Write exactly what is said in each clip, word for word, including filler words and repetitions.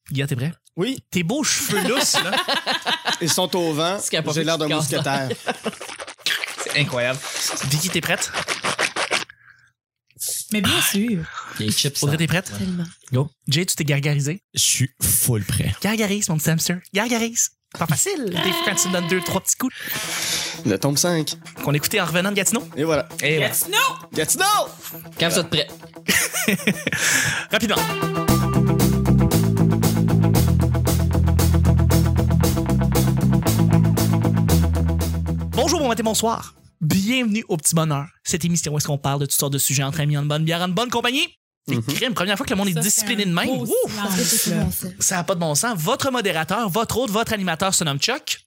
Guillaume, t'es prêt? Oui. Tes beaux cheveux lousses, là. Ils sont au vent. J'ai l'air d'un mousquetaire. C'est incroyable. Vicky, t'es prête? Mais bien sûr. Les chips. Audrey, t'es prête? Tellement. Go. Jay, tu t'es gargarisé? Je suis full prêt. Gargarise, mon petit hamster. Gargarise. Pas facile. Des fois, quand tu me donnes deux, trois petits coups. Le tome cinq. Qu'on écoutait en revenant de Gatineau. Et voilà. Et voilà. Gatineau! Gatineau! Quand vous êtes prêts. Rapidement. Bonjour, bon matin, bonsoir. Bienvenue au Petit Bonheur. Cette émission où est-ce qu'on parle de toutes sortes de sujets entre amis, en bonne bière, en bonne compagnie. C'est Mm-hmm. crime. Première fois que le monde est Ça, discipliné c'est de un même. beau Ouf! silence, C'est là. bon, ça. Ça n'a pas de bon sens. Votre modérateur, votre hôte, votre animateur se nomme Chuck.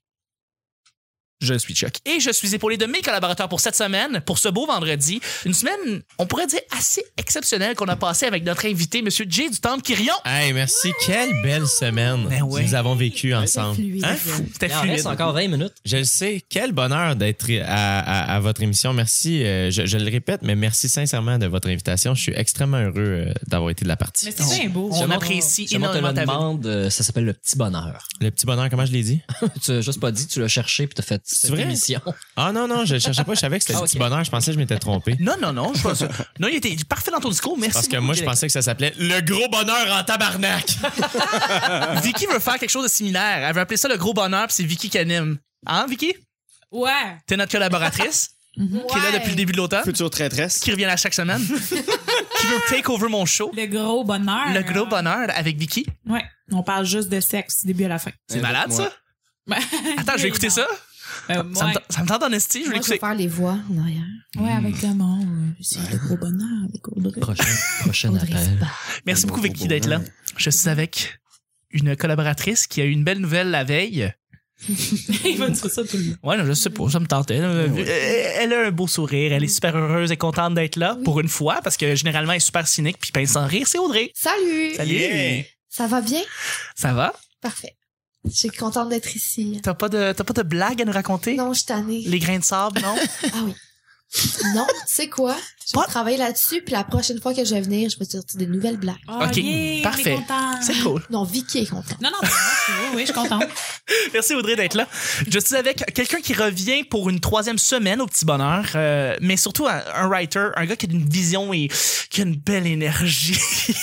Je suis Chuck. Et je suis épaulé de mes collaborateurs pour cette semaine, pour ce beau vendredi. Une semaine, on pourrait dire, assez exceptionnelle qu'on a passée avec notre invité, M. Jay du Temple-Quirion. Hey, merci. Quelle belle semaine Ben ouais. que nous avons vécue ensemble. Fluide. Hein? C'était Il en fluide. reste encore vingt minutes. Je le sais. Quel bonheur d'être à, à, à votre émission. Merci. euh, je, je le répète, mais merci sincèrement de votre invitation. Je suis extrêmement heureux euh, d'avoir été de la partie. Mais c'est bien beau. On apprécie Si on te énormément le ta venue. demande, euh, ça s'appelle le petit bonheur. Le petit bonheur, comment je l'ai dit? Tu l'as juste pas dit, tu l'as cherché puis t'as fait cette vrai? émission. Ah non, non, je ne cherchais pas. Je savais que c'était Ah, le petit ok. bonheur. Je pensais que je m'étais trompé. Non, non, non. Je pense... Non, il était parfait dans ton discours. Merci. Parce que beaucoup, moi, je Jay. pensais que ça s'appelait le gros bonheur en tabarnak. Vicky veut faire quelque chose de similaire. Elle veut appeler ça le gros bonheur, puis c'est Vicky qui anime. Hein, Vicky? Ouais. T'es notre collaboratrice, qui est là depuis le début de l'automne, Future traîtresse. qui revient à chaque semaine, qui veut take over mon show. Le gros bonheur. Le gros bonheur avec Vicky. Ouais. On parle juste de sexe, du début à la fin. C'est Eh, malade, ouais. ça? Attends, je vais écouter ça. Euh, Ça me ouais. tente- ça me tente en esti, je vais Moi, je vais écouter. faire les voix en arrière. Ouais, avec l'amour. euh, C'est le gros bonheur avec Audrey. Prochain, prochain Audrey appel. Spa. Merci beaucoup, Vicky, d'être là. Je suis avec une collaboratrice qui a eu une belle nouvelle la veille. Il va dire ça tout le monde. Ouais, non, je sais pas, ça me tentait. là. Euh, Elle a un beau sourire, elle est super heureuse et contente d'être là Oui. pour une fois, parce que généralement, elle est super cynique, puis pince sans rire, c'est Audrey. Salut! Salut! Yeah. Ça va bien? Ça va? Parfait. Je suis contente d'être ici. T'as pas de, t'as pas de blague à nous raconter? Non, je suis tannée. Les grains de sable, non? Ah oui. Non, tu sais quoi? Je vais Pas- travailler là-dessus, puis la prochaine fois que je vais venir, je vais te sortir des nouvelles blagues. Oh, Ok, yeah, parfait. on est content. C'est cool. Non, Vicky est contente. Non, non, mais moi, je- oui, oui, je suis contente. Merci Audrey d'être là. Je suis avec quelqu'un qui revient pour une troisième semaine au Petit Bonheur, euh, mais surtout un, un writer, un gars qui a une vision et qui a une belle énergie.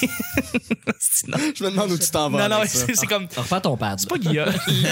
Sinon- Je me demande où tu t'en vas. non, non, avec ça. c'est c'est comme... Refais ton pad. C'est pas Guilla.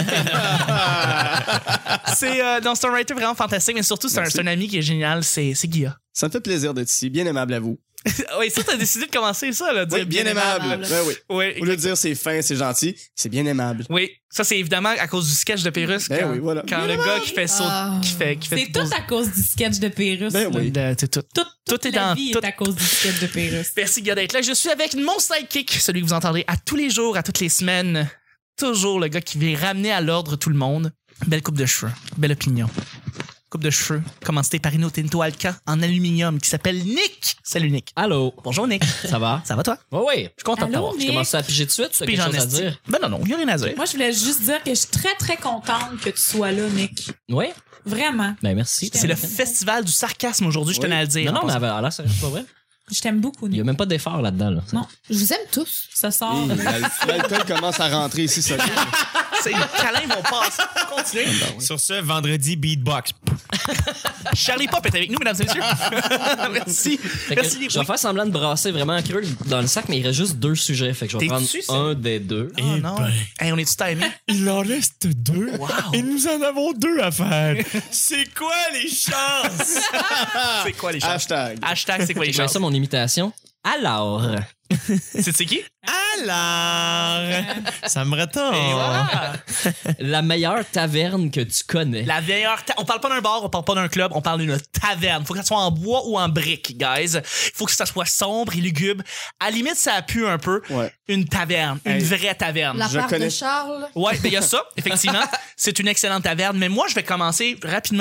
c'est euh, non, c'est un writer vraiment fantastique, mais surtout c'est un, Merci. c'est un ami qui est génial, c'est c'est Guilla. Ça me fait plaisir d'être ici. Bien aimable à vous. Oui, ça t'as décidé de commencer ça là, dire Oui, bien aimable. Ben oui. Oui, Au lieu de dire c'est fin, c'est gentil, c'est bien aimable. oui, ça c'est évidemment à cause du sketch de Pérus Ben quand, oui, voilà. quand le gars qui fait saut, Ah. qui fait qui fait C'est tout à cause du sketch de Pérus. Ben là. oui. De- c'est tout. Tout, Tout toute est la dans- vie tout- est à cause du sketch de Pérus. Merci Guilla d'être là. Je suis avec mon sidekick, celui que vous entendrez à tous les jours, à toutes les semaines. Toujours le gars qui vient ramener à l'ordre tout le monde. Belle coupe de cheveux, belle opinion. Coupe de cheveux, commandité par Rino Tinto Alca en aluminium qui s'appelle Nick. Salut Nick. Allô. Bonjour Nick. Ça va? Ça va toi? Oui, oui. Je suis content de Allô, t'avoir. Je Nick? commence à piger tout de suite. Tu as Puis quelque j'en chose à estime. dire? Ben non, non, il n'y a rien à dire. Moi, je voulais juste dire que je suis très, très contente que tu sois là, Nick. Oui? Vraiment. Ben, merci. C'est le festival du sarcasme aujourd'hui, je tenais Oui. à le dire. Non, non, en mais passant. à l'air, sérieux, c'est pas vrai. Je t'aime beaucoup, Il y Nick. a même pas d'effort là-dedans, là. Non, Je vous aime tous. ça sort. Hey, l'al- L'alcool commence à rentrer ici, ça. C'est les câlins vont passer. Continuez. Sur ce, vendredi, beatbox. Charlie Pop est avec nous, mesdames et messieurs. Merci. Fait que Merci. je vais faire semblant de brasser vraiment creux dans le sac, mais il reste juste deux sujets. Fait que je vais T'es prendre dessus, ça? un des deux. Oh Eh non. ben. Hey, on est-tu timé? Il en reste deux. Et nous en avons deux à faire. C'est quoi les chances? C'est quoi les chances? Hashtag. Hashtag, c'est quoi les Je mets chances? ça mon imitation. Alors, C'est c'est qui? Alors, ça me retombe. Et voilà. la meilleure taverne que tu connais. La meilleure. ta- On parle pas d'un bar, on parle pas d'un club, on parle d'une taverne. Faut que ça soit en bois ou en briques, guys. Faut que ça soit sombre et lugubre. À la limite, ça pue un peu. Ouais. Une taverne. Une Hey. vraie taverne. La Je part connais- de Charles. Ouais, ben il y a ça, effectivement. C'est une excellente taverne. Mais moi, je vais commencer rapidement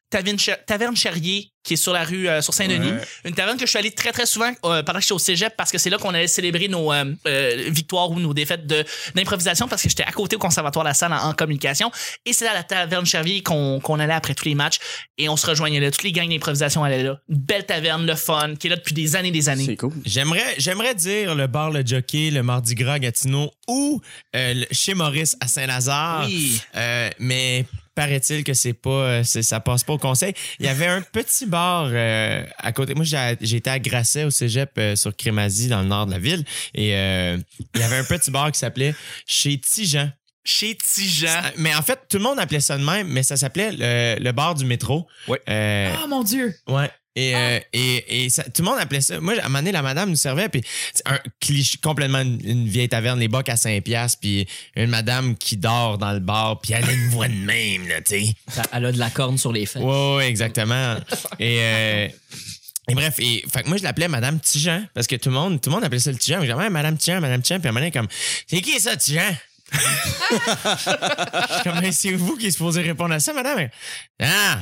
Taverne, Taverne Cherrier, qui est sur la rue, euh, sur Saint-Denis. Ouais. Une taverne que je suis allé très, très souvent euh, pendant que j'étais au cégep parce que c'est là qu'on allait célébrer nos euh, euh, victoires ou nos défaites de, d'improvisation parce que j'étais à côté au Conservatoire La Salle en, en communication. Et c'est à la Taverne Cherrier qu'on, qu'on allait après tous les matchs et on se rejoignait là. Toutes les gangs d'improvisation allaient là. Une belle taverne, le fun, qui est là depuis des années des années. C'est cool. J'aimerais, j'aimerais dire le bar Le Jockey, le Mardi Gras à Gatineau ou euh, le, chez Maurice à Saint-Lazare. Oui. Euh, mais paraît-il que c'est pas, c'est, ça passe pas au conseil. Il y avait un petit bar euh, à côté. Moi, j'ai, j'ai été à Grasset au cégep euh, sur Crémazie dans le nord de la ville et euh, il y avait un petit bar qui s'appelait Chez Tijan. Chez Tijan. Mais en fait, tout le monde appelait ça de même, mais ça s'appelait le, le bar du métro. Ouais. Euh, Oh mon Dieu! Ouais. Et, euh, et, et ça, tout le monde appelait ça. Moi, à un moment donné, la madame nous servait, puis un cliché, complètement une, une vieille taverne, les bocs à cinq piastres, puis une madame qui dort dans le bar, puis elle a une voix de même, là, tu sais. Elle a de la corne sur les fesses. Ouais, ouais, exactement. et, euh, et bref, et, fait que moi, je l'appelais Madame Tijan, parce que tout le monde, tout le monde appelait ça le Tijan. Mais j'ai dit, Madame Tijan, Madame Tijan, puis à un moment donné, comme, c'est qui ça, Tijan? Je suis comme, c'est vous qui est supposé répondre à ça, madame? Ah!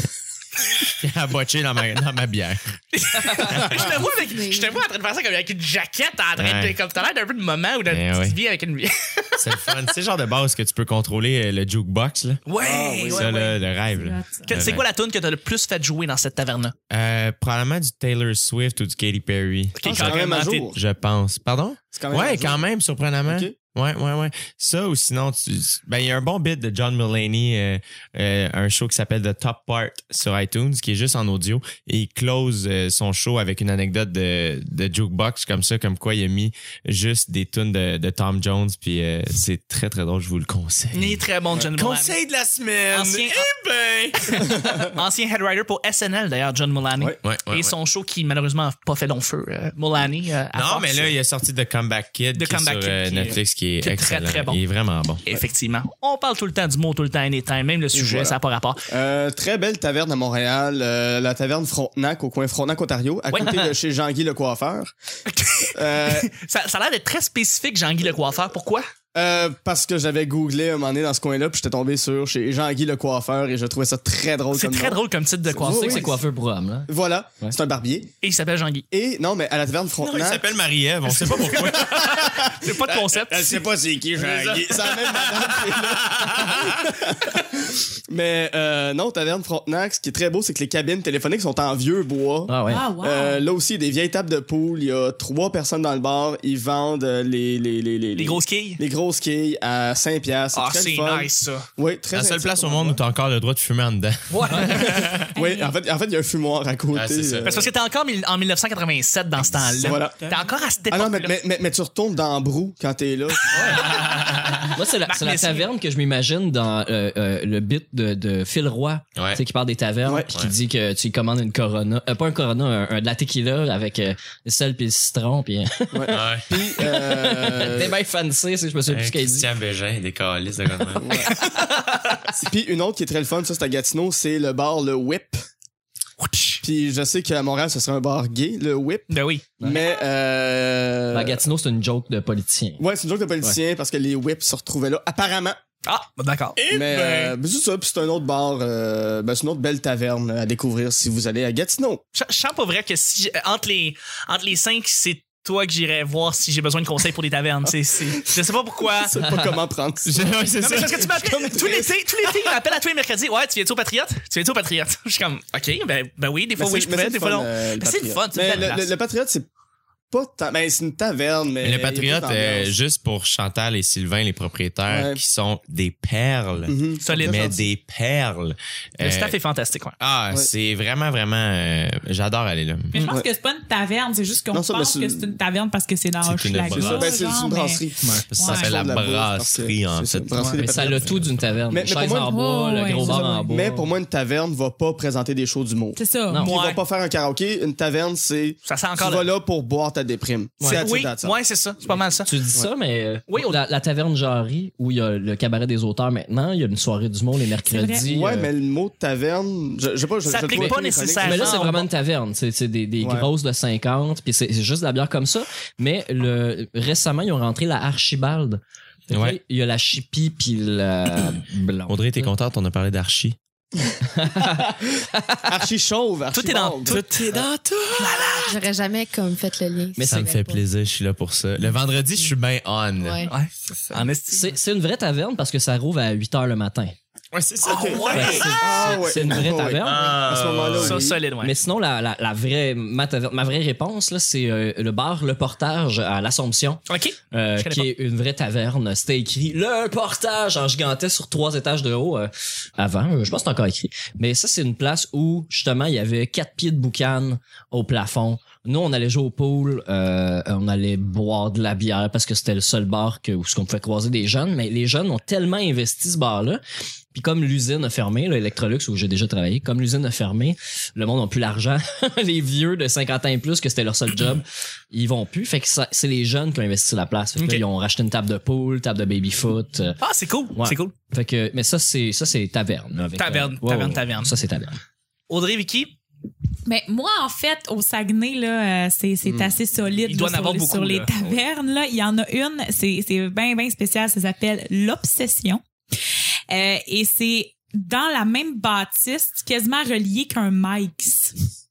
Il a botché dans ma, dans ma bière. je te vois avec, je te vois en train de faire ça comme avec une jaquette, en train de, ouais. comme t'as l'air d'un peu de moment ou d'un Eh petit ouais. vie avec une vie. C'est le fun. C'est le genre de base que tu peux contrôler le jukebox, là. Ouais, Ah, oui, ouais, ça, ouais. là, le rêve, là. Que- Le c'est rêve. quoi la tune que t'as le plus fait jouer dans cette taverne-là? Euh, probablement du Taylor Swift ou du Katy Perry. Ok, C'est quand même carrément, à t'es- jour. Je pense. Pardon? C'est quand même à Ouais, jour. quand même, surprenamment. Ok. Ouais, ouais, ouais. Ça ou sinon, tu, ben, il y a un bon bit de John Mulaney, euh, euh, un show qui s'appelle The Top Part sur iTunes, qui est juste en audio. Et il close euh, son show avec une anecdote de, de jukebox comme ça, comme quoi il a mis juste des tunes de, de Tom Jones. Puis euh, c'est très, très drôle, je vous le conseille. Il est très bon, John Mulaney. Conseil de la semaine! Ancien- Eh ben! Ancien head writer pour S N L, d'ailleurs, John Mulaney. Ouais, ouais, ouais, Et son show qui, malheureusement, n'a pas fait long feu. Euh, Mulaney. euh, à Non, Fox. mais là, il a sorti The Comeback Kid, The qui est Comeback sur Kid, euh, qui est- Netflix, qui est, qui est très, excellent. très bon. Il est vraiment bon. Effectivement. On parle tout le temps du mot, tout le temps, anytime. Même le sujet, voilà. ça n'a pas rapport. Euh, très belle taverne à Montréal, euh, la taverne Frontenac au coin Frontenac-Ontario, à Ouais. côté de chez Jean-Guy le coiffeur. Euh, Ça, ça a l'air d'être très spécifique, Jean-Guy le coiffeur. Pourquoi? euh, parce que j'avais googlé un moment donné dans ce coin-là, puis j'étais tombé sur chez Jean-Guy le coiffeur et je trouvais ça très drôle C'est comme très nom. drôle comme titre de C'est- coiffeur. Tu sais oui, que c'est oui. coiffeur pour homme, là. Voilà, Ouais. c'est un barbier. Et il s'appelle Jean-Guy. Et non, mais à la taverne Non, il Frontenac... s'appelle Marie-Ève, on sait pas pourquoi. C'est pas de concept. Elle sait pas c'est qui Jean-Guy. C'est la même madame qui est là. Mais euh, non, taverne Frontenac, ce qui est très beau, c'est que les cabines téléphoniques sont en vieux bois. Ah ouais. Ah, wow! Euh, là aussi, des vieilles tables de poule. Il y a trois personnes dans le bar. Ils vendent euh, les, les, les, les, Les grosses quilles. les grosses quilles à cinq piastres. Ah, très c'est le fun. nice, ça. Oui, très La seule intime place au comme monde où endroit. t'as encore le droit de fumer en dedans. Oui, en fait, en fait, il y a un fumoir à côté. Ah, c'est ça. euh, Parce que t'es encore mille- en dix-neuf cent quatre-vingt-sept dans ce temps-là. Voilà. T'es encore à cette Ah époque-là. non, mais, mais, mais, mais tu retournes dans Brou quand t'es là. Moi, c'est la, Marc c'est la Messier. taverne que je m'imagine dans euh, euh, le bit de, de Phil Roy. Ouais. Tu sais, qui parle des tavernes, Ouais. puis qui Ouais. dit que tu y commandes une Corona. Euh, pas un Corona, un, un de la tequila avec euh, le sel puis le citron. Puis Ouais. Ouais. Puis, euh, t'es bien fancy, si je me souviens plus ce qu'elle dit. Christian Bégin, des calices de gars. puis une autre qui est très le fun, ça c'est à Gatineau, c'est le bar Le Whip. Puis je sais qu'à Montréal, ce serait un bar gay, le Whip. Ben oui. Mais euh... À Gatineau, c'est une joke de politicien. Ouais, c'est une joke de politicien parce que les whips se retrouvaient là, apparemment. Ah, ben d'accord. mais euh, ben, c'est ça, puis c'est un autre bar, euh, ben, c'est une autre belle taverne à découvrir si vous allez à Gatineau. Je, je sens pas vrai que si j'ai- entre les entre les cinq, c'est toi que j'irais voir si j'ai besoin de conseils pour des tavernes. C'est, c'est, je sais pas pourquoi. Je sais pas comment prendre ça. Ouais, c'est Non, mais c'est parce que tu m'appelles tout l'été, tout l'été, il m'appelle à tous les mercredis. Ouais, tu viens-tu au Patriote? Tu viens-tu au Patriote? Je suis comme, OK, ben, ben oui, des fois Mais oui, c'est- je mais pourrais, c'est des le fois fun, non. euh, le Mais c'est le Patriote. fun, c'est une Mais belle le, place. le, le Patriote, c'est pas tant. Ben, c'est une taverne, mais. Mais il y le a Patriote, pas euh, d'ambiance. juste pour Chantal et Sylvain, les propriétaires, Ouais. qui sont des perles. Mhm. Solide. Mais gentil. des perles. Le Euh, staff est fantastique, ouais. Ah, Ouais. c'est vraiment, vraiment... euh, j'adore aller là. Mais je pense Ouais. que c'est pas une taverne, c'est juste qu'on Non, ça, mais pense c'est- que c'est une taverne parce que c'est dans C'est une Hochelaga, brasserie. C'est ça, ben, c'est genre, c'est une mais- brasserie. Ça Ouais. s'appelle la Ils font de la bouffe brasserie, parce en que- c'est fait. ça, brasserie Mais des ça a le Patriotes. tout d'une taverne. Mais- Mais, mais pour chaise moi, en bois, ouais, le gros ouais, bar c'est en ça. bois. Mais pour moi, une taverne va pas présenter des shows d'humour. C'est ça. Non. Qui Ouais. va pas faire un karaoké, une taverne, c'est. Ça sent Tu encore vas là. là pour boire ta déprime. C'est à Oui, titre d'attention. ouais, c'est ça. C'est pas mal ça. Tu dis ça, mais euh, Oui, au- la, la taverne Jarry, où il y a le cabaret des auteurs maintenant, il y a une soirée d'humour les mercredis. Ouais, euh, mais le mot taverne, je, je sais pas, je, Ça je le applique trouve pas un peu nécessairement. Mais là, c'est Ah, vraiment bon. une taverne. C'est c'est des, des Ouais. grosses de cinquante, puis c'est c'est juste de la bière comme ça. Mais le, récemment, ils ont rentré la Archibald. Fait que Ouais. là, il y a la Chippie puis la Blonde. Audrey, t'es contente? On a parlé d'Archie. Archi chauve, archi Tout est dans blonde. tout. Tout est dans tout. J'aurais jamais comme fait le lien. Mais ça me fait plaisir, je suis là pour ça. Le vendredi, je suis bien on. Ouais. Ouais, c'est ça. En esti. C'est, c'est une vraie taverne parce que ça rouvre à huit heures le matin. Ouais, c'est ça. Ok. ouais. Fait que c'est, Ah, c'est- ouais. c'est une vraie Ouais. taverne. À ce moment-là, Ça, oui. solide, ouais. Mais sinon, la, la, la vraie, ma, taverne- ma vraie réponse, là, c'est euh, le bar Le Portage à l'Assomption, OK. euh, Je connais qui est une vraie taverne. C'était écrit Le Portage en gigantesque sur trois étages de haut euh, avant. euh, Je pense que c'est encore écrit. Mais ça, c'est une place où, justement, il y avait quatre pieds de boucan au plafond. Nous, on allait jouer au pool, euh, on allait boire de la bière parce que c'était le seul bar que, où ce qu'on pouvait croiser des jeunes. Mais les jeunes ont tellement investi ce bar-là. Puis comme l'usine a fermé, là, Electrolux, où j'ai déjà travaillé, comme l'usine a fermé, le monde n'a plus l'argent. Les vieux de cinquante ans et plus, que c'était leur seul job, ils vont plus. Fait que ça, c'est les jeunes qui ont investi la place. Fait que Ok. là, ils ont racheté une table de pool, table de baby-foot. euh, Ah, c'est cool. Ouais. C'est cool. Fait que, mais ça, c'est, ça, c'est taverne. Avec, Taverne, ouais, taverne, ouais, taverne. Ça, c'est taverne. Audrey, Vicky? Mais moi, en fait, au Saguenay, là, euh, c'est, c'est assez solide. Il doit là, en avoir sur, beaucoup, sur les là. tavernes. Là. Il y en a une, c'est, c'est bien, bien spécial. Ça s'appelle l'Obsession. Euh, et c'est dans la même bâtisse, quasiment relié qu'un Mike's.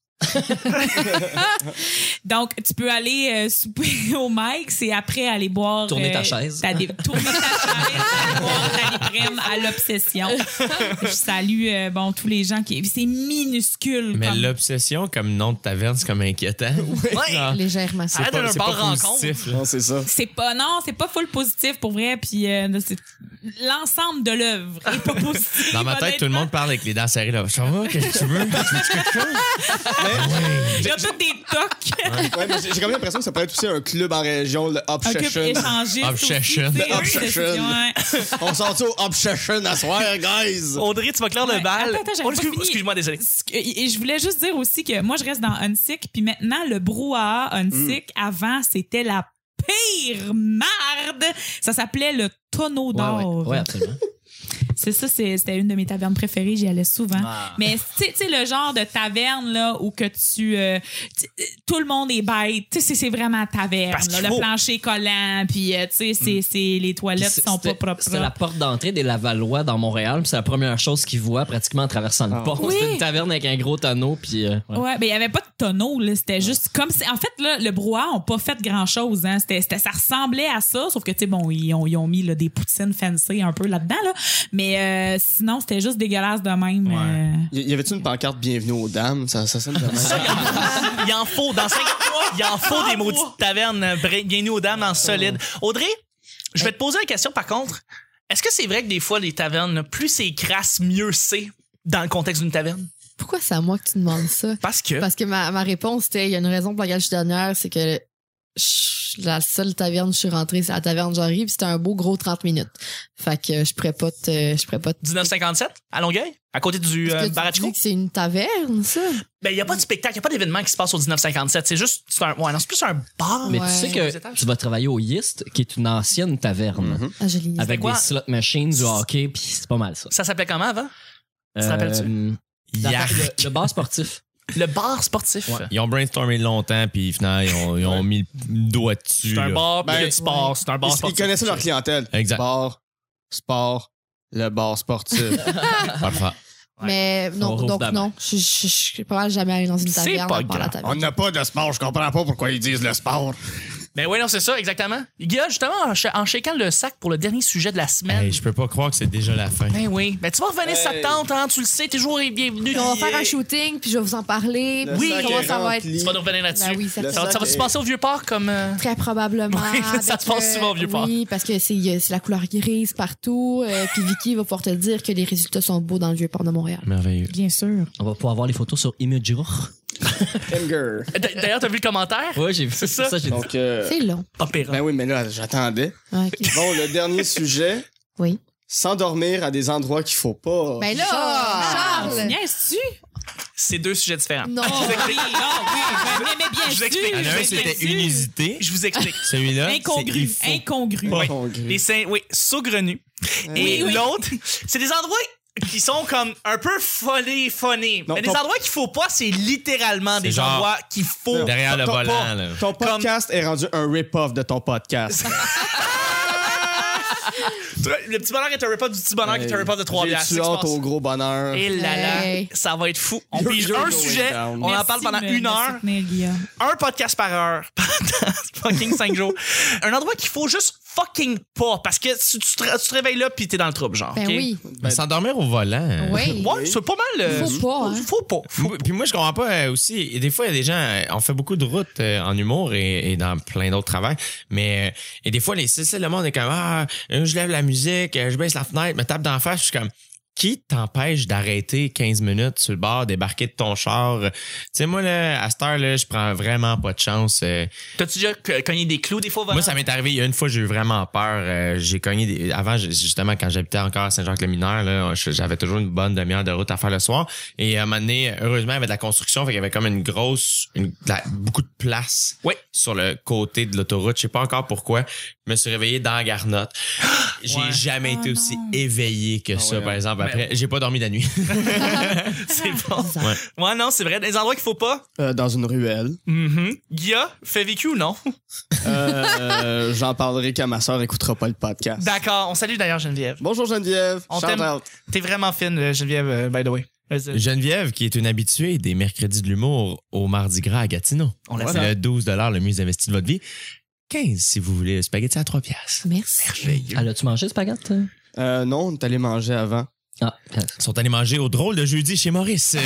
Donc, tu peux aller euh, souper au Mike's et après aller boire... Tourner ta euh, chaise. t'as des- tourner ta chaise, aller boire ta liprème à l'Obsession. Je salue, euh, bon, tous les gens qui... C'est minuscule. Mais comme- l'obsession comme nom de taverne, c'est comme inquiétant. Ouais. Légèrement. Arrête de pas- un c'est bar pas rencontre. positif, là. Non, c'est ça. C'est pas, non, c'est pas full positif pour vrai. Puis euh, c'est- l'ensemble de l'œuvre est pas positif. Dans ma tête, tout le monde parle avec les dents serrées. Là. Ça va? Qu'est-ce que tu veux? Tu veux quelque chose? Il y a tous des tocs. Ouais, mais j'ai j'ai quand même l'impression que ça pourrait être aussi un club en région, le Un club Obsession. échangiste. Obsession. aussi, tu sais, Le Obsession. ouais. On sort au Obsession à soir, guys. Audrey, tu vas clore le Ouais, bal. attends, attends, j'avais Oh, pas excuse- fini. Excuse-moi, désolé. Ce que- Et je voulais juste dire aussi que moi, je reste dans Unsick. Puis maintenant, le brouhaha Unsick, avant, c'était la pire marde. Ça s'appelait le tonneau Ouais, d'or. ouais, ouais, absolument. C'est ça, c'est- c'était une de mes tavernes préférées. J'y allais souvent. Ah. Mais tu sais- tu sais, le genre de taverne là où que tu... euh, tu- tout le monde est bête. Tu sais, c'est- c'est vraiment taverne. Parce là. qu'il Le faut. plancher collant. Puis, euh, tu sais, c'est- c'est- les toilettes Puis sont pas c'était- propres. C'était la porte d'entrée des Lavallois dans Montréal. Puis c'est la première chose qu'ils voient pratiquement en traversant le pont. Oui. C'était une taverne avec un gros tonneau. Puis, euh, ouais. Ouais, mais il y avait pas de tonneau, là. C'était juste comme si, en fait, là, le brouhaha ont pas fait grand chose, hein. C'était, c'était, ça ressemblait à ça, sauf que, tu sais, bon, ils ont, ils ont mis, là, des poutines fancy un peu là-dedans, là. Mais, euh, sinon, c'était juste dégueulasse de même. Ouais. euh. Y, y avait-tu une pancarte bienvenue aux dames? Ça, ça sonne de même. Ça, il en- il en faut dans cinq il en faut des maudites tavernes euh, bre- bienvenue aux dames en solide. Audrey, je vais te poser la question par contre. Est-ce que c'est vrai que des fois les tavernes, là, plus c'est crasse, mieux c'est dans le contexte d'une taverne? Pourquoi c'est à moi que tu demandes ça? Parce que Parce que ma, ma réponse, c'était, il y a une raison pour laquelle je suis dernière, c'est que je- la seule taverne où je suis rentrée, c'est la taverne Jarry, puis c'était un beau gros trente minutes. Fait que je pourrais pas te, je pourrais pas te... dix-neuf cinquante-sept à Longueuil, à côté du Est-ce euh, que tu Barachico. dis que c'est une taverne, ça? Ben il y a pas de spectacle, il y a pas d'événement qui se passe au dix-neuf cinquante-sept, c'est juste c'est un ouais, non, c'est plus un bar. Mais Ouais. tu sais Sur les que étages. tu vas travailler au Yist, qui est une ancienne taverne. Ah, je l'ai Avec quoi? des slot machines, du hockey, puis c'est pas mal ça. Ça s'appelait comment avant? Tu te rappelles-tu? Euh, la- Yark. le, le bar sportif. Le bar sportif. Ils ont brainstormé longtemps, puis finalement, ils ont, ils ont mis le doigt dessus. C'est un là. bar, puis il y a Ben, du sport, c'est un bar Ils, ils sportif. connaissaient leur clientèle. Exact. Bar, sport, le bar sportif. Parfait. Mais On non, rouvre donc demain. non, je, je, je suis pas mal jamais allée dans une C'est taverne pas à part la grave. On taverne. n'a pas de sport, je comprends pas pourquoi ils disent le sport. Ben oui, non, c'est ça, exactement. Guillaume, justement, en, ch- en shakeant le sac pour le dernier sujet de la semaine. Hey, je peux pas croire que c'est déjà la fin. Ben oui. Ben tu vas revenir sur Hey. sa tante, hein, tu le sais, t'es toujours bienvenu. Puis on va faire un shooting, puis je vais vous en parler. Le puis sac comment est ça va être rempli. Tu vas nous revenir là-dessus. Ben oui, ça Le fait- ça, va- ça va se sac passer au Vieux-Port comme... euh, très probablement. Oui, ça avec, se passe souvent au Vieux-Port. Oui, parce que c'est, c'est la couleur grise partout. euh, puis Vicky va pouvoir te dire que les résultats sont beaux dans le Vieux-Port de Montréal. Merveilleux. Bien sûr. On va pouvoir voir les photos sur Imgur. Finger. d- D'ailleurs, t'as vu le commentaire? Ouais, j'ai vu C'est ça. ça. j'ai dit. Donc, euh, C'est long. Opéra. ben oui, mais là, j'attendais. Ah, ok. Bon, le dernier sujet, Oui. s'endormir à des endroits qu'il faut pas. Ben là, Ah, Charles! niaises-tu? C'est deux sujets différents. Non. Oui, non, oui, mais, mais bien Je vous sûr. explique. Il y en a un, bien c'était sûr. unusité. Je vous explique. Celui-là, c'est Incongru, il faut. incongru. Pas Oui. congrue. Les seins, oui, saugrenus. Et Oui, oui. l'autre, c'est des endroits qui sont comme un peu phonés, phonés. Non, Mais des ton- endroits qu'il faut pas, c'est littéralement des genre- endroits qu'il faut. Derrière le Ton- volant, là. Ton podcast est rendu un rip-off de ton podcast. Le petit bonheur est un rip-off du petit bonheur qui est un rip-off de trois bières. J'ai hâte au gros bonheur. Et là là, Hey. ça va être fou. On You're- pige you're un going sujet, down. on en Merci parle pendant de- une merci heure, de tenir, Guillaume. un podcast par heure pendant fucking cinq jours. Un endroit qu'il faut juste fucking pas parce que tu, tu, te, tu te réveilles là pis t'es dans le trouble, genre. Ben ok? oui. Mais s'endormir au volant. Oui. Ouais, c'est pas mal. euh, Faut pas, hein. Faut pas. Faut Moi- Puis moi, je comprends pas euh, aussi. et Des fois, il y a des gens, euh, on fait beaucoup de routes euh, en humour et, et dans plein d'autres travails. Mais euh, et des fois, les c'est ça, le monde est comme ah, euh, je lève la musique, euh, je baisse la fenêtre, me tape d'en face. Je suis comme qui t'empêche d'arrêter quinze minutes sur le bord, débarquer de ton char? Tu sais, moi, là, à cette heure, là, je prends vraiment pas de chance. euh. T'as-tu déjà co- cogné des clous des fois, Moi, ça m'est arrivé, il y a une fois, j'ai eu vraiment peur. euh, j'ai cogné des... Avant, j'ai- justement, quand j'habitais encore à Saint-Jacques-le-Mineur, là, je- j'avais toujours une bonne demi-heure de route à faire le soir. Et à un moment donné, heureusement, il y avait de la construction, fait qu'il y avait comme une grosse... une- de la- beaucoup de place Oui. sur le côté de l'autoroute. Je sais pas encore pourquoi. Je me suis réveillé dans la garnotte. J'ai Ouais. jamais été Oh aussi non. éveillé que ça, ouais, par ouais. exemple. Mais- Après, j'ai pas dormi de la nuit. C'est bon. Ouais. Ouais, non, c'est vrai. Des endroits qu'il faut pas. Euh, dans une ruelle. Mhm. Guilla, fait vécu ou non? Euh, J'en parlerai quand ma soeur écoutera pas le podcast. D'accord. On salue d'ailleurs Geneviève. Bonjour Geneviève. On Shout t'aime. out. T'es vraiment fine, euh, Geneviève, euh, by the way. Vas-y. Geneviève, qui est une habituée des mercredis de l'humour au Mardi Gras à Gatineau. On la C'est salue. le douze le mieux investi de votre vie. quinze si vous voulez. Le spaghetti à trois piastres. Merci. Ah, l'as-tu mangé, spaghetti? Euh, non, on est allé manger avant. Ah, bien. Ils sont allés manger au drôle de jeudi chez Maurice.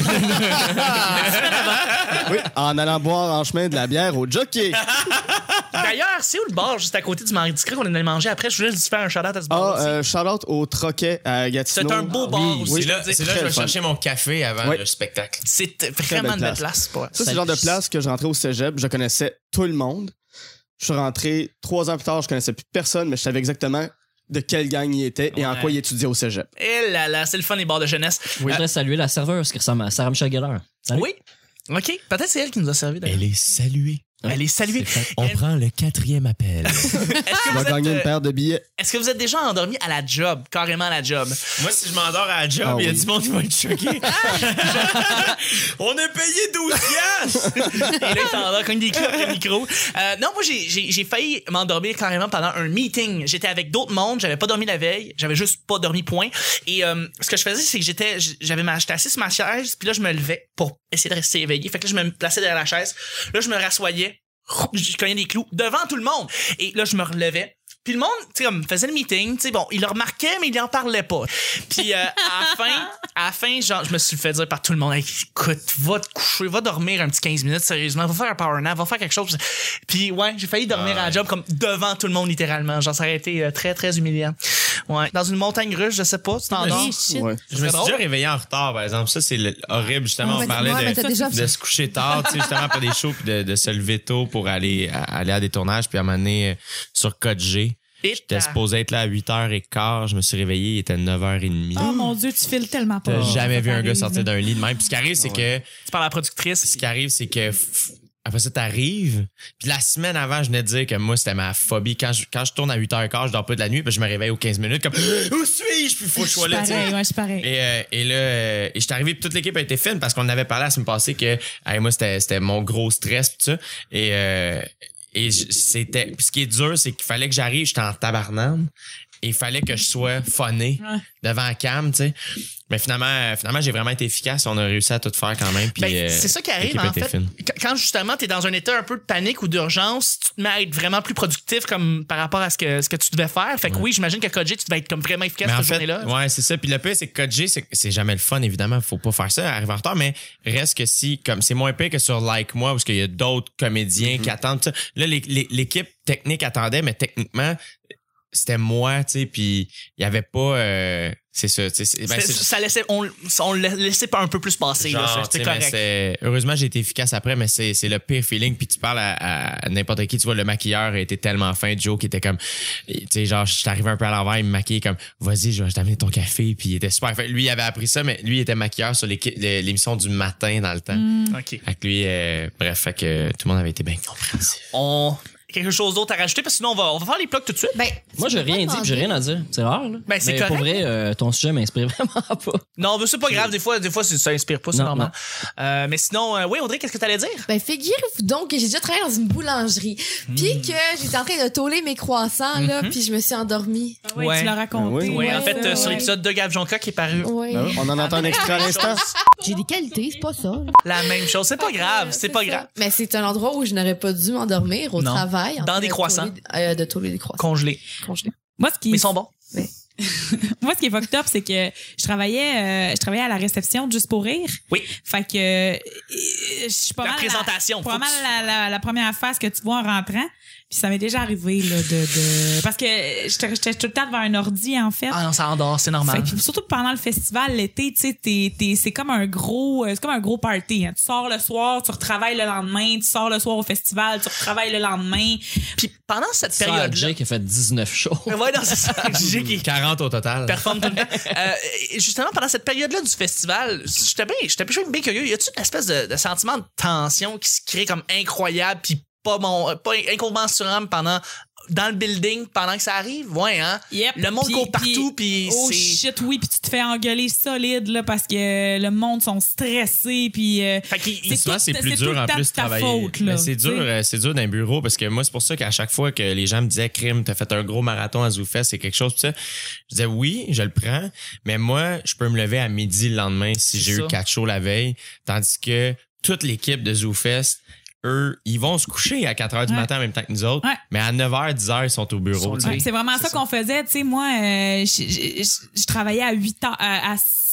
Oui, en allant boire en chemin de la bière au jockey. D'ailleurs, c'est où le bar juste à côté du Mardi Gras qu'on est allé manger après? Je voulais juste faire un shout-out à ce bar. Ah, euh, shout-out au Troquet à Gatineau. C'est un beau bar Oui, aussi. oui. c'est là, je veux c'est dire. là que je Très vais fun. chercher mon café avant Oui. le spectacle. C'est vraiment belle une belle place. place. Pour... Ça, c'est le genre de place que je rentrais au cégep. Je connaissais tout le monde. Je suis rentré trois ans plus tard, je connaissais plus personne, mais je savais exactement de quelle gang il était et en Ouais. quoi il étudiait au cégep. Et là là, c'est le fun les bars de jeunesse. Je voudrais saluer la serveuse qui ressemble à Sarah Michelle Gellar. Salut. Oui. OK. Peut-être c'est elle qui nous a servi d'ailleurs. Elle est saluée. Elle est saluée. C'est fait. On Elle- prend le quatrième appel. Est-ce que, Tu vous vas êtes, gagner euh, une paire de billets. est-ce que vous êtes déjà endormi à la job? Carrément à la job. Moi, si je m'endors à la job, Ah il y a oui. du monde qui va être choqué. On a payé douze piastres! Et là, il s'endort comme des clous après le micro. Euh, non, moi, j'ai, j'ai, j'ai failli m'endormir carrément pendant un meeting. J'étais avec d'autres mondes, j'avais pas dormi la veille, j'avais juste pas dormi, point. Et euh, ce que je faisais, c'est que j'étais, j'avais ma, j'étais assis sur ma chaise, puis là, je me levais pour essayer de rester éveillé. Fait que là, je me plaçais derrière la chaise. Là, je me rassoyais. Je cognais des clous devant tout le monde. Et là, je me relevais. Puis le monde, tu sais, comme, faisait le meeting, tu sais, bon, il le remarquait, mais il en parlait pas. Puis euh, à la fin, à la fin, genre, je me suis fait dire par tout le monde, hey, écoute, va te coucher, va dormir un petit quinze minutes, sérieusement, va faire un power nap, va faire quelque chose. Puis ouais, j'ai failli dormir Ah à la ouais. job comme devant tout le monde, littéralement. Genre, ça aurait été euh, très, très humiliant. Ouais. Dans une montagne russe, je sais pas, tu t'endors. Hey, shit. Ouais. Je me suis déjà réveillé en retard, par exemple. Ça, c'est le- horrible, justement. Ah, On mais parlait ouais, mais de, t'as déjà fait de se coucher tard, tu sais, justement, après des shows, puis de, de se lever tôt pour aller à, aller à des tournages, puis à un moment donné, euh, sur Code G. Et J'étais t'as- supposé être là à huit heures quinze. Je me suis réveillé, il était neuf heures trente. Oh mon Dieu, tu files tellement pas. T'as jamais vu un gars Pareil, sortir là. d'un lit de même. Puis ce qui arrive, c'est que, Tu parles à la productrice. ce qui arrive, c'est que, f- après ça, t'arrives. Puis la semaine avant, je venais de dire que moi, c'était ma phobie. Quand je, quand je tourne à huit heures quinze, je dors pas de la nuit, puis je me réveille aux quinze minutes, comme, où suis-je? Puis faut que je Je sois suis là, tu sais. pareil, ouais, je suis pareil. Et, euh, et là, euh, et j'étais arrivé, puis toute l'équipe a été fine parce qu'on avait parlé la semaine passée que, hey, moi, c'était, c'était mon gros stress, pis tout ça. Et, euh, et j- c'était, puis ce qui est dur, c'est qu'il fallait que j'arrive, j'étais en tabarnane. Et il fallait que je sois funné Ouais. devant la cam, tu sais. Mais finalement, euh, finalement, j'ai vraiment été efficace. On a réussi à tout faire quand même. Puis, Ben, euh, c'est ça qui arrive, l'équipe en était fait. fine. Qu- Quand justement t'es dans un état un peu de panique ou d'urgence, tu te mets à être vraiment plus productif comme par rapport à ce que, ce que tu devais faire. Fait que oui, j'imagine que Code G, tu devais être comme vraiment efficace Mais en cette fait, journée-là. ouais, c'est ça. Puis le pire, c'est que Code G, c'est, c'est jamais le fun, évidemment. Faut pas faire ça, arriver en retard. Mais reste que si, comme, c'est moins pire que sur Like Moi, parce qu'il y a d'autres comédiens qui attendent ça. Là, les- les- l'équipe technique attendait, mais techniquement, c'était moi, tu sais, puis il y avait pas, euh, c'est ça, tu sais, c'est- ben, C'est- c'est- ça laissait, on, on le laissait pas un peu plus passer. là, genre, ça, tu c'était sais, mais correct. c'est- heureusement, j'ai été efficace après, mais c'est, c'est le pire feeling. Puis tu parles à, à n'importe qui, tu vois, le maquilleur a été tellement fin, Joe, qui était comme, tu sais, genre, je suis arrivé un peu à l'envers, il me maquillait comme, vas-y, je vais t'amener ton café, puis il était super fin. Lui, il avait appris ça, mais lui, il était maquilleur sur l'équi- l'émission du matin dans le temps. OK. Fait que lui, euh, bref, fait que tout le monde avait été bien compréhensif. On quelque chose d'autre à rajouter? Parce que sinon, on va, on va faire les plugs tout de suite. Ben, Moi, j'ai rien dit, puis j'ai rien à dire. C'est rare, là. Ben, c'est Mais correct. pour vrai, euh, ton sujet m'inspire vraiment pas. Non, mais c'est pas grave. Des fois, des fois ça inspire pas, c'est Non, normal. Euh, mais sinon, euh, oui, Audrey, qu'est-ce que t'allais dire? Ben, figurez-vous donc que j'ai déjà travaillé dans une boulangerie. Puis que j'étais en train de tôler mes croissants, là, puis je me suis endormie. Oui, Ouais. tu l'as raconté. Oui. Oui, en Ouais, fait, ouais, euh, sur ouais. l'épisode de Gab Jonca qui est paru. Ouais. Ben oui, on en entend un extrait à l'instant. J'ai des qualités, c'est pas ça. La même chose. C'est pas grave, c'est pas ça. grave. Mais c'est un endroit où je n'aurais pas dû m'endormir au Non. travail. en Dans train des de croissants. tôler- euh, de tôler des croissants. Congelé. Congelés. Moi, ce qui, Mais ils sont bons. moi, ce qui est fucked up, c'est que je travaillais, euh, je travaillais à la réception de Juste pour rire. Oui. Fait que euh, je suis pas La mal présentation, La, faut pas que mal tu- la, la, la première phase que tu vois en rentrant. Puis ça m'est déjà arrivé là de, de parce que j'étais j'étais tout le temps devant un ordi en fait. Ah non, ça endort, c'est normal. Fait que, surtout pendant le festival l'été, tu sais, t'es, t'es, c'est comme un gros, euh, c'est comme un gros party. Hein. Tu sors le soir, tu retravailles le lendemain, tu sors le soir au festival, tu retravailles le lendemain. Puis pendant cette Ça, période-là. Jay qui a fait dix-neuf shows. Ouais, non, c'est ça. J J qui quarante au total. performe tout le temps. Euh, justement, pendant cette période-là du festival, j'étais bien, j'étais bien curieux. Y a-tu une espèce de, de sentiment de tension qui se crée comme incroyable puis pas bon, pas incommensurable pendant dans le building pendant que ça arrive? Ouais, hein? Yep. Le monde Puis- court partout puis Oh c'est shit, oui, puis tu te fais engueuler solide là parce que le monde sont stressés puis euh, fait qu'il- c'est Souvent, tout- c'est plus c'est tout dur le en temps plus de de ta travailler. faute, là, Mais c'est tu sais. dur, euh, c'est dur dans un bureau parce que moi, c'est pour ça qu'à chaque fois que les gens me disaient crime, t'as fait un gros marathon à ZooFest, c'est quelque chose, pis ça. Je disais oui, je le prends, mais moi, je peux me lever à midi le lendemain si j'ai C'est eu ça. quatre shows la veille, tandis que toute l'équipe de ZooFest, eux, ils vont se coucher à quatre heures du Ouais. matin en même temps que nous autres, Ouais. mais à neuf heures, dix heures, ils sont au Ils bureau. sont tu sais. Ouais, c'est vraiment ça, qu'on faisait. Tu sais, moi, euh, je, je- je- je travaillais à huit heures, à,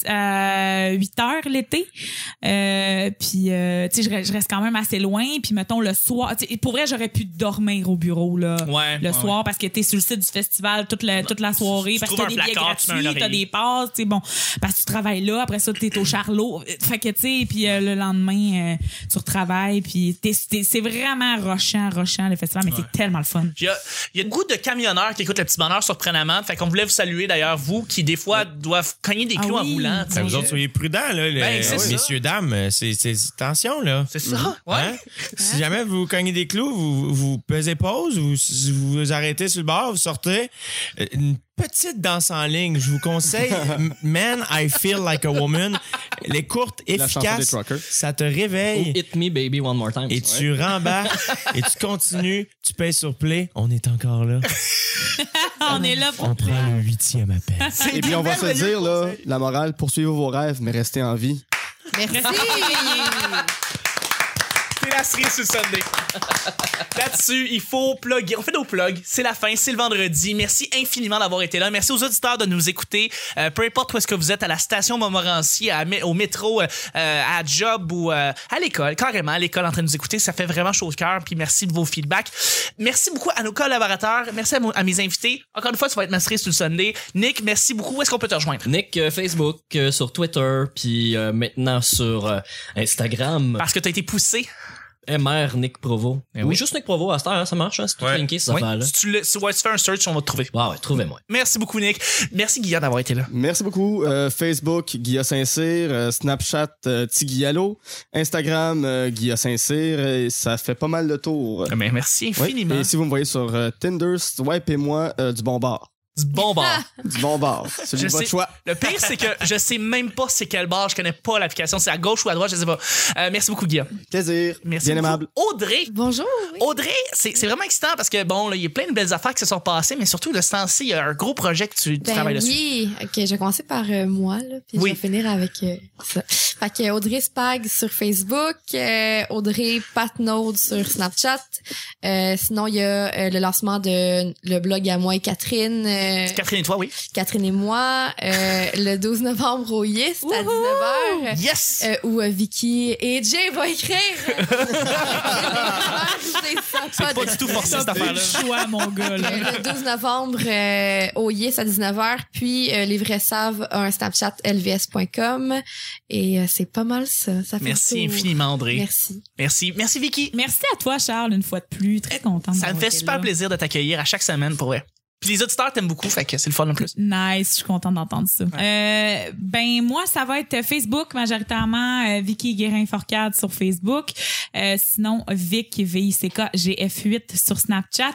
à, à huit heures l'été. Euh, puis, euh, tu sais, je, re- je reste quand même assez loin. Puis, mettons, le soir, tu sais, pour vrai, j'aurais pu dormir au bureau, là. Ouais, Le ouais, soir, parce que t'es sur le site du festival toute la, toute la soirée. Tu Parce que trouves t'as des un billets placard, tu mets un gratuits, t'as oreiller. des passes, tu sais, bon. Parce que tu travailles là, après ça, t'es au Charlot. Fait que, tu sais, puis euh, le lendemain, euh, tu retravailles. Puis, t'es, t'es- c'est vraiment rochant, rochant, le festival, mais c'est tellement le fun. Il y a, il y a beaucoup de camionneurs qui écoutent le petit bonheur surprenamment. Fait qu'on voulait vous saluer d'ailleurs, vous qui des fois doivent cogner des clous Ah en oui. roulant. tu sais. Fait que vous autres, soyez prudents, là, les- Ben, c'est ça. messieurs, dames. C'est, c'est, attention, là. C'est ça, ouais. Hein? Si jamais vous cognez des clous, vous, vous pesez pause, vous vous vous arrêtez sur le bord, vous sortez. Euh, Une petite danse en ligne, je vous conseille. M- Man, I Feel Like a Woman. Les courtes, La chanson des efficaces, truckers. ça te Ou réveille. Hit Me Baby One More Time. Et tu rembarques et tu continues, tu payes sur play. On est encore là. On est là pour On prend le huitième appel. Et puis on va se dire, là, la morale, poursuivez vos rêves, mais restez en vie. Merci. C'est la cerise sur le Sunday. Là-dessus, il faut plugger. On fait nos plugs. C'est la fin, c'est le vendredi. Merci infiniment d'avoir été là. Merci aux auditeurs de nous écouter. Euh, peu importe où est-ce que vous êtes, à la station Montmorency, à, au métro, euh, à job ou euh, à l'école, carrément à l'école en train de nous écouter. Ça fait vraiment chaud au cœur. Puis merci de vos feedbacks. Merci beaucoup à nos collaborateurs. Merci à, mo- à mes invités. Encore une fois, ça va être ma cerise sur le Sunday. Nick, merci beaucoup. Où est-ce qu'on peut te rejoindre? Nick, euh, Facebook, euh, sur Twitter, puis euh, maintenant sur euh, Instagram. Parce que t'as été poussé. M R Nick Provo. Eh Ou oui. juste Nick Provo à cette heure, hein, ça marche, hein, c'est tout Ouais. linké, ces Oui. affaires-là. Si tu, le, si, ouais, tu fais un search, on va te trouver. Ouais, ouais, trouvez-moi. Merci beaucoup, Nick. Merci, Guillaume, d'avoir été là. Merci beaucoup. Euh, Facebook, Guilla Saint-Cyr. Euh, Snapchat, euh, Tiguialo. Instagram, euh, Guilla Saint-Cyr. Et ça fait pas mal de tours. Mais merci Ouais. infiniment. Et si vous me voyez sur euh, Tinder, swipez-moi euh, du bon bar. Du bon bar. Du bon bar. Celui Je de votre sais. choix. Le pire, c'est que je sais même pas c'est quel bar. Je connais pas l'application. C'est à gauche ou à droite, je sais pas. Euh, merci beaucoup, Guillaume. Plaisir. Merci Bien beaucoup. aimable. Audrey. Bonjour. oui. Audrey, c'est c'est vraiment excitant parce que, bon, là, il y a plein de belles affaires qui se sont passées, mais surtout, de ce temps-ci, il y a un gros projet que tu, tu Ben travailles dessus. oui, ok, je vais commencer par euh, moi, là, puis Oui. je vais finir avec euh, ça. Fait que Audrey Spag sur Facebook, euh, Audrey Patnaud sur Snapchat. Euh, sinon, il y a euh, le lancement de le blog à moi et Catherine. euh, Catherine et toi, oui. Catherine et moi, euh, le douze novembre au Yes à dix-neuf heures. Yes! Euh, où euh, Vicky et Jay vont écrire. c'est ça, c'est pas de- du tout forcé, cette T'as plus affaire-là. le choix, mon gars, là. Euh, le douze novembre euh, au Yes à dix-neuf heures, puis euh, les vrais savent un Snapchat L V S point com et euh, c'est pas mal ça. Ça fait Merci le tour. infiniment, Audrey. Merci. Merci. Merci, Vicky. Merci à toi, Charles, une fois de plus. Très contente. Ça me d'avoir fait été super là. plaisir de t'accueillir à chaque semaine, pour vrai. Puis les auditeurs t'aiment beaucoup, fait que c'est le fun en plus. Nice, je suis contente d'entendre ça. Euh, ben moi, ça va être Facebook majoritairement, euh, Vicky Guérin-Forcade sur Facebook. Euh, sinon, Vic, V I C K, G F huit sur Snapchat.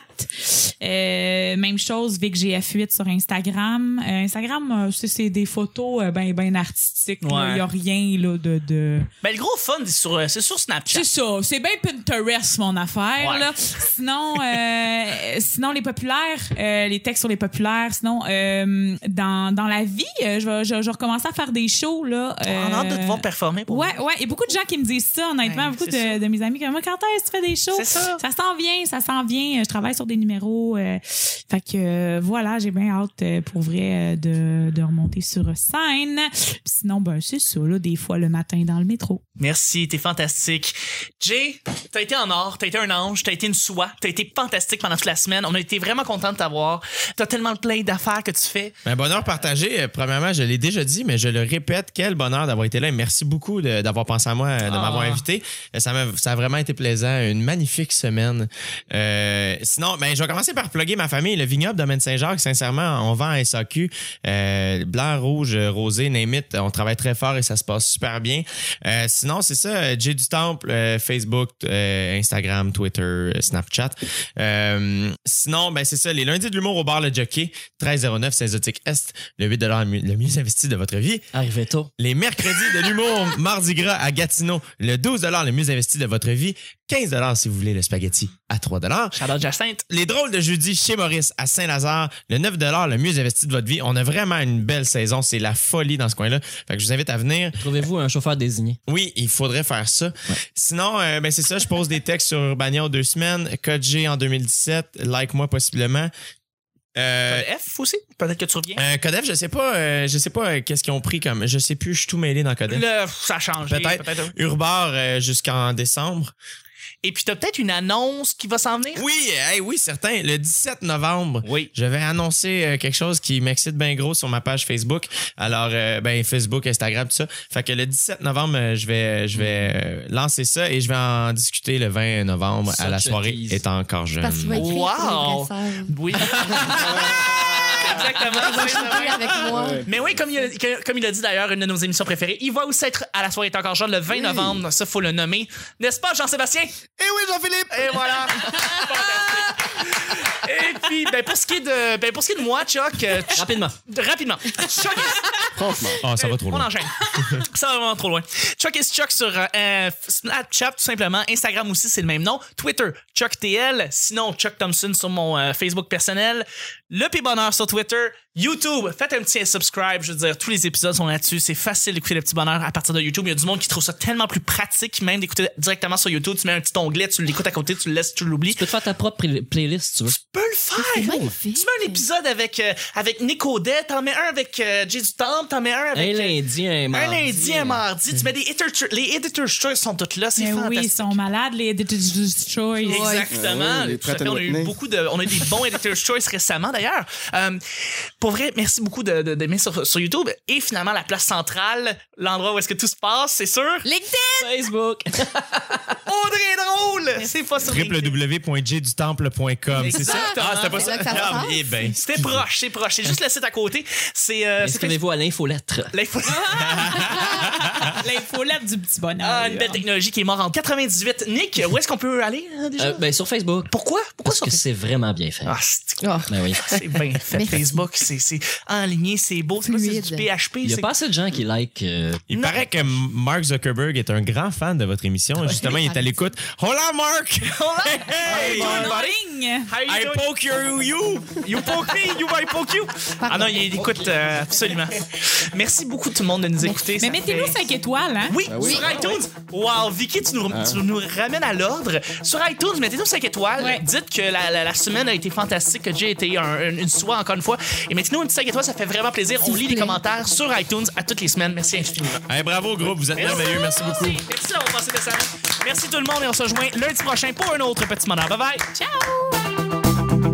Euh, même chose, Vic G F huit sur Instagram. Euh, Instagram, euh, c'est, c'est des photos euh, ben, ben artistiques. Il Ouais. y a rien là, de... de... Ben, le gros fun, c'est sur, c'est sur Snapchat. C'est ça, c'est bien Pinterest mon affaire Ouais. là. Sinon euh, sinon les populaires, euh, les textes sur les populaires, sinon euh, dans dans la vie, euh, je vais je, je vais recommencer à faire des shows là. On a hâte de te voir performer. Pour Ouais, ouais, il y a beaucoup de gens qui me disent ça honnêtement, Ouais, beaucoup c'est ça. de, de mes amis comme moi, quand est-ce que tu fais des shows? C'est ça. Ça s'en vient, ça s'en vient, je travaille sur des numéros euh, fait que euh, voilà, j'ai bien hâte euh, pour vrai euh, de de remonter sur scène. Puis sinon ben c'est ça là, des fois le matin dans le métro. Merci, t'es fantastique. Jay, t'as été en or, t'as été un ange, t'as été une soie, t'as été fantastique pendant toute la semaine. On a été vraiment contents de t'avoir. T'as tellement plein d'affaires que tu fais. Ben, bonheur partagé. Euh, Premièrement, je l'ai déjà dit, mais je le répète, quel bonheur d'avoir été là. Et merci beaucoup de- d'avoir pensé à moi, euh, de Ah. m'avoir invité. Euh, Ça, m'a, ça a vraiment été plaisant. Une magnifique semaine. Euh, sinon, ben, je vais commencer par plugger ma famille. Le vignoble Domaine Saint-Jacques, sincèrement, on vend à S A Q. Euh, blanc, rouge, rosé, name it. On travaille très fort et ça se passe super bien. Euh, sinon, c'est ça. euh, Jay du Temple, euh, Facebook, euh, Instagram, Twitter, euh, Snapchat. Euh, sinon, ben, c'est ça. Les lundis de l'humour au bar Le Jockey, treize zéro neuf Saint-Zotique Est. Le huit dollars le mieux investi de votre vie. Arrivé tôt. Les mercredis de l'humour Mardi Gras à Gatineau, le douze dollars le mieux investi de votre vie. quinze dollars si vous voulez le spaghetti à trois dollars. Shout out Jacinthe. Les drôles de jeudi chez Maurice à Saint-Lazare, le neuf dollars le mieux investi de votre vie. On a vraiment une belle saison. C'est la folie dans ce coin-là. Fait que je vous invite à venir. Trouvez-vous un chauffeur désigné? Oui, il faudrait faire ça. Sinon, euh, ben c'est ça, je pose des textes sur Urbania aux deux semaines. Code G en deux mille dix-sept. Like-moi possiblement. Euh, F aussi, peut-être que tu reviens. euh, Codef, je sais pas, euh, je sais pas euh, qu'est-ce qu'ils ont pris comme. Je sais plus, je suis tout mêlé dans Codef. Le, ça a changé. Peut-être. Peut-être. Urbar euh, jusqu'en décembre. Et puis, t'as peut-être une annonce qui va s'en venir? Oui, hey, oui, certain. Le dix-sept novembre, Oui. je vais annoncer euh, quelque chose qui m'excite bien gros sur ma page Facebook. Alors, euh, ben Facebook, Instagram, tout ça. Fait que le dix-sept novembre, euh, je vais, je vais euh, lancer ça et je vais en discuter le vingt novembre à la Such a soirée tease. étant encore jeune. Parce qu'il va écrire Wow. sur les Oui. Exactement. chanter avec moi. Ouais. Mais oui, comme il, a, que- comme il a dit d'ailleurs, une de nos émissions préférées, il va aussi être à la soirée est encore jeune le vingt novembre. Ça, faut le nommer. N'est-ce pas, Jean-Sébastien? Eh oui, Jean-Philippe! Et voilà. Fantastique. Et puis, ben, pour ce qui est de, ben, pour ce qui est de moi, Chuck, euh, ch- Rapidement. rapidement. Chuck est- Franchement. Ah, ça va trop On loin. enchaîne. Ça va vraiment trop loin. Chuck is Chuck sur euh, Snapchat, tout simplement. Instagram aussi, c'est le même nom. Twitter, Chuck T L. Sinon, Chuck Thompson sur mon euh, Facebook personnel. Le P Bonheur sur Twitter. YouTube, faites un petit subscribe. Je veux dire, tous les épisodes sont là-dessus. C'est facile d'écouter le Petit Bonheur à partir de YouTube. Il y a du monde qui trouve ça tellement plus pratique, même d'écouter directement sur YouTube. Tu mets un petit onglet, tu l'écoutes à côté, tu le laisses, tu l'oublies. Tu peux te faire ta propre play- playlist si tu veux. Tu peux le faire. C'est magnifique. Tu mets un épisode avec, euh, avec Nick Audet, t'en mets un avec euh, Jay du Temple, t'en mets un Un avec... euh, lundi, un mardi. un lundi, un mardi, tu mets des editor, les Editor's Choice sont toutes là, c'est Mais oui, fantastique. ils sont malades, les Editor's Choice. Exactement. Ouais, les Tout à fait, Pratt and on a eu Whitney. beaucoup de, on a eu des bons Editor's Choice récemment d'ailleurs. Euh, pour vrai, merci beaucoup de, de, d'aimer sur, sur YouTube. Et finalement, la place centrale, l'endroit où est-ce que tout se passe, c'est sur LinkedIn! Facebook. Audrey Drôle. C'est pas sur w w w point j du temple point com, c'est ça? Exactement. Ah, c'était pas C'est ça? là que ça se Ah, passe. eh ben. C'était proche, c'est proche. C'est juste le site à côté. C'est, euh, c'est Inscrivez-vous à l'infolettre. l'info. L'infolette du petit bonheur. Ah, une belle technologie qui est morte en quatre-vingt-dix-huit. Nick, où est-ce qu'on peut aller euh, déjà? Euh, ben, sur Facebook. Pourquoi? Pourquoi Parce ça? que c'est vraiment bien fait. Ah, c'est Oh. Ben oui. c'est bien fait. Merci. Facebook, c'est, c'est enligné, c'est beau. C'est pas c'est Fluide. du P H P. Il y a c'est- pas assez de gens qui like. euh, Il Non. paraît que Mark Zuckerberg est un grand fan de votre émission. Justement, il est à l'écoute. Hola, Mark! Hey! Morning! How you I doing? poke your you! You poke me, you I poke you. Ah non, il écoute euh, absolument. Merci beaucoup tout le monde de nous écouter. Mais ça mettez-nous fait- cinq étoiles, hein? Oui, oui. sur iTunes. Wow, Vicky, tu nous, tu nous ramènes à l'ordre. Sur iTunes, mettez-nous cinq étoiles. Ouais. Dites que la, la, la semaine a été fantastique, que Jay a été un- une soie encore une fois. Et mettez-nous une petite cinq étoiles, ça fait vraiment plaisir. On S'il lit vous les plaît. commentaires sur iTunes à toutes les semaines. Merci infiniment. Hey, bravo, groupe, vous êtes merveilleux. Merci beaucoup. Merci d'avoir passé décemment. Merci tout le monde et on se rejoint lundi prochain pour un autre petit bonheur. Bye bye. Ciao!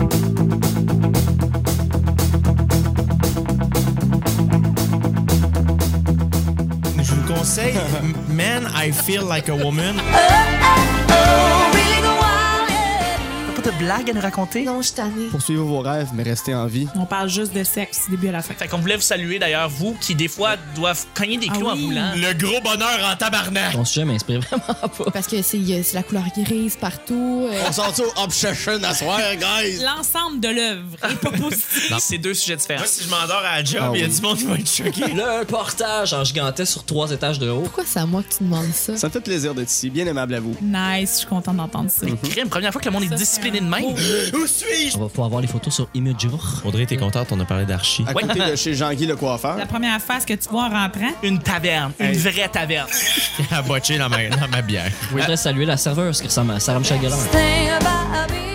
Je vous conseille Man, I Feel Like a Woman. Pas de blague. blague à nous raconter? Non, je suis tannée. Poursuivez vos rêves, mais restez en vie. On parle juste de sexe, du début à la fin. Fait qu'on voulait vous saluer d'ailleurs, vous qui des fois doivent cogner des clous Ah en oui. roulant. Le gros bonheur en tabarnak. Ton sujet m'inspire vraiment pas. Parce que c'est y a- c'est la couleur grise partout. euh, On sort au Obsession à soir, guys! L'ensemble de l'œuvre est pas positif. C'est deux sujets différents. Moi, si je m'endors à la job, Ah il y a oui. du monde qui va être choqué. Le portage en gigantais sur trois étages de haut. Pourquoi c'est à moi que tu demandes ça? Ça me fait plaisir d'être ici. Bien aimable à vous. Nice, je suis contente d'entendre ça. Crime, première fois que le monde est Ça, discipliné c'est de un même. Où suis-je? On va pouvoir voir les photos sur Imageour. Audrey, t'es contente? On a parlé d'archi. À côté de chez Jean-Guy le coiffeur. La première face que tu vois en rentrant, Une taverne, une Hey. vraie taverne. à botcher dans ma, dans ma bière. Je voudrais saluer la serveuse qui ressemble à Sarah Michel Gellar. Thing about me